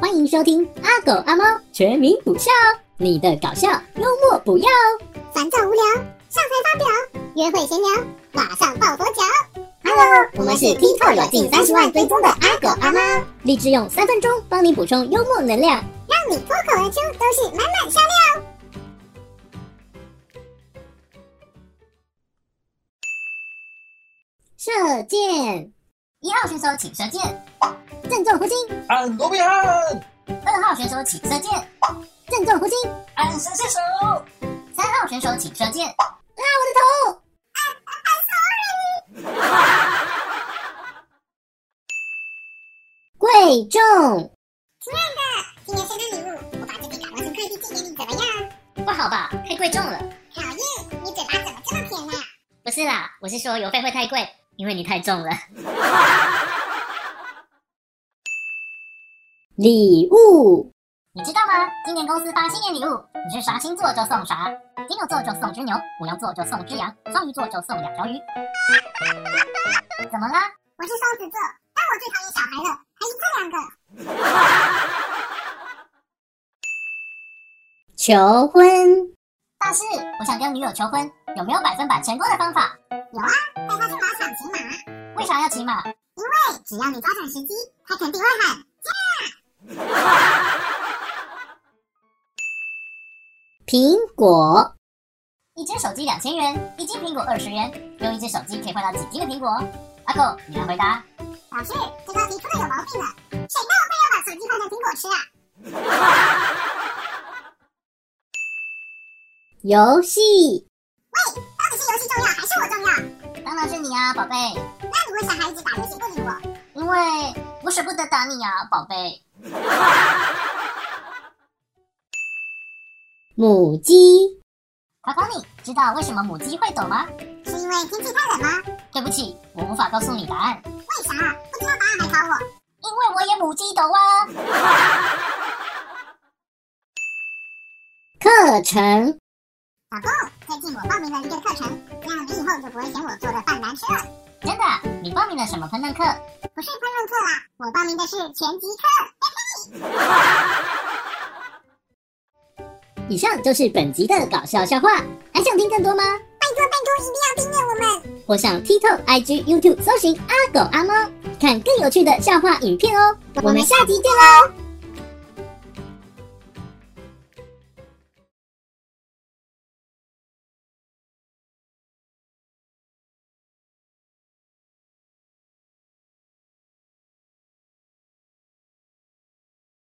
欢迎收听阿狗阿猫全民补笑，你的搞笑幽默补药。 烦躁无聊，上台发表，约会闲聊，马上抱佛脚。Hello， 我们是 TikTok 有近30万追踪的阿狗阿猫， 立志用3分钟帮你补充幽默能量， 让你脱口而出都是满满笑料。 射箭，1号选手请射箭，正中弧心， 按罗宾汉。 2号选手请射箭，正中弧心， 按神射手。 3号选手请射箭，我的头贵重。 亲爱的，今年圣诞礼物，我把这笔卡通快递寄给你，怎么样？ 不好吧，太贵重了。 讨厌，你嘴巴怎么这么甜啊？ 不是啦，我是说邮费会太贵，因为你太重了。礼物，你知道吗？今年公司发新年礼物，你是啥星座就送啥，金牛座就送只牛，牡羊座就送只羊，双鱼座就送2条鱼。怎么啦？ 我是双子座，但我最讨厌小孩了，还一次2个。 求婚， 大师， 我想跟女友求婚，有没有100%成功的方法？ 有啊，带她去马场骑马。 为啥要骑马？ 因为只要你抓准时机，她肯定会喊苹果，一只手机2000元，一斤苹果20元，用一只手机可以换到几斤的苹果？阿狗，你来回答。 老师，这道题出的有毛病了，谁那么快要把手机换成苹果吃啊？ 游戏， 喂，到底是游戏重要还是我重要？ 当然是你啊，宝贝。 那你为啥还一直打游戏不理我？ 因为我舍不得打你啊，宝贝。母鸡，考考你，知道为什么母鸡会抖吗？ 是因为天气太冷吗？ 对不起，我无法告诉你答案。 为啥？不知道答案还考我？ 因为我也母鸡抖啊。课程， 老公，最近我报名了一个课程，这样你以后就不会嫌我做的饭难吃了。 真的？你报名了什么烹饪课？ 不是烹饪课啦，我报名的是拳击课。 以上就是本集的搞笑笑话，还想听更多吗？ 拜托拜托，一定要订阅我们！ 或上 TikTok、IG、YouTube 搜寻阿狗阿猫，看更有趣的笑话影片哦。我们下集见喽！